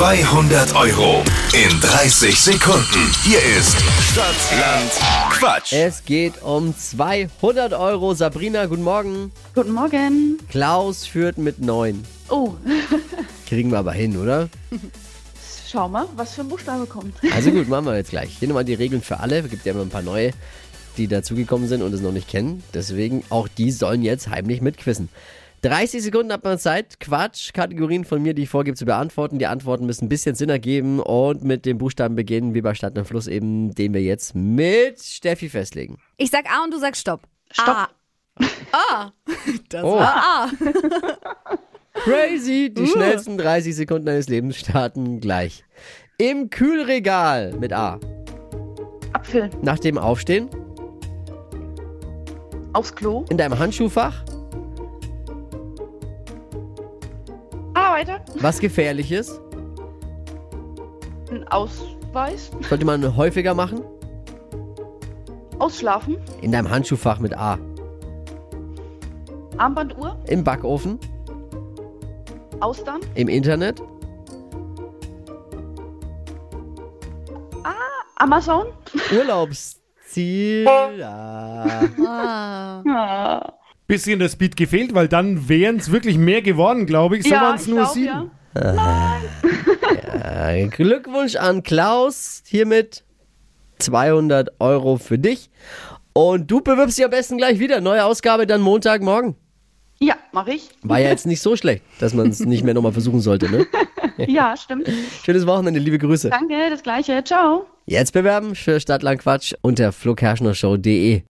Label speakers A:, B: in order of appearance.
A: 200 Euro in 30 Sekunden. Hier ist Stadtland Quatsch.
B: Es geht um 200 Euro. Sabrina, guten Morgen.
C: Guten Morgen.
B: Klaus führt mit 9.
C: Oh,
B: Kriegen wir aber hin, oder?
C: schau mal, was für ein Buchstabe kommt.
B: Also gut, machen wir jetzt gleich. Hier nochmal die Regeln für alle. Es gibt ja immer ein paar neue, die dazugekommen sind und es noch nicht kennen. Deswegen, auch die sollen jetzt heimlich mitquissen. 30 Sekunden hat man Zeit, Quatsch-Kategorien von mir, die ich vorgebe, zu beantworten. Die Antworten müssen ein bisschen Sinn ergeben und mit dem Buchstaben beginnen, wie bei Stadt und Fluss eben, den wir jetzt mit Steffi festlegen.
D: Ich sag A und du sagst Stopp.
C: Stopp.
D: A. Das
B: Oh.
D: war A.
B: Crazy! Die schnellsten 30 Sekunden deines Lebens starten gleich. Im Kühlregal mit A.
C: Apfel.
B: Nach dem Aufstehen.
C: Aufs Klo.
B: In deinem Handschuhfach.
C: Weiter.
B: Was Gefährliches.
C: Ein Ausweis.
B: Sollte man häufiger machen.
C: Ausschlafen.
B: In deinem Handschuhfach mit A.
C: Armbanduhr.
B: Im Backofen.
C: Austern.
B: Im Internet.
C: Amazon.
B: Urlaubsziel. Ja.
D: Ah.
E: Bisschen der Speed gefehlt, weil dann wären es wirklich mehr geworden, glaube ich. So waren es
C: ich
E: nur
C: glaub,
E: 7.
C: ja.
B: Glückwunsch an Klaus. Hiermit 200 Euro für dich. Und du bewirbst dich am besten gleich wieder. Neue Ausgabe dann Montagmorgen.
C: Ja, mache ich.
B: War ja jetzt nicht so schlecht, dass man es nicht mehr nochmal versuchen sollte, ne?
C: Ja, stimmt.
B: Schönes Wochenende, liebe Grüße.
C: Danke, das Gleiche. Ciao.
B: Jetzt bewerben für Stadtland Quatsch unter flokerschnershow.de.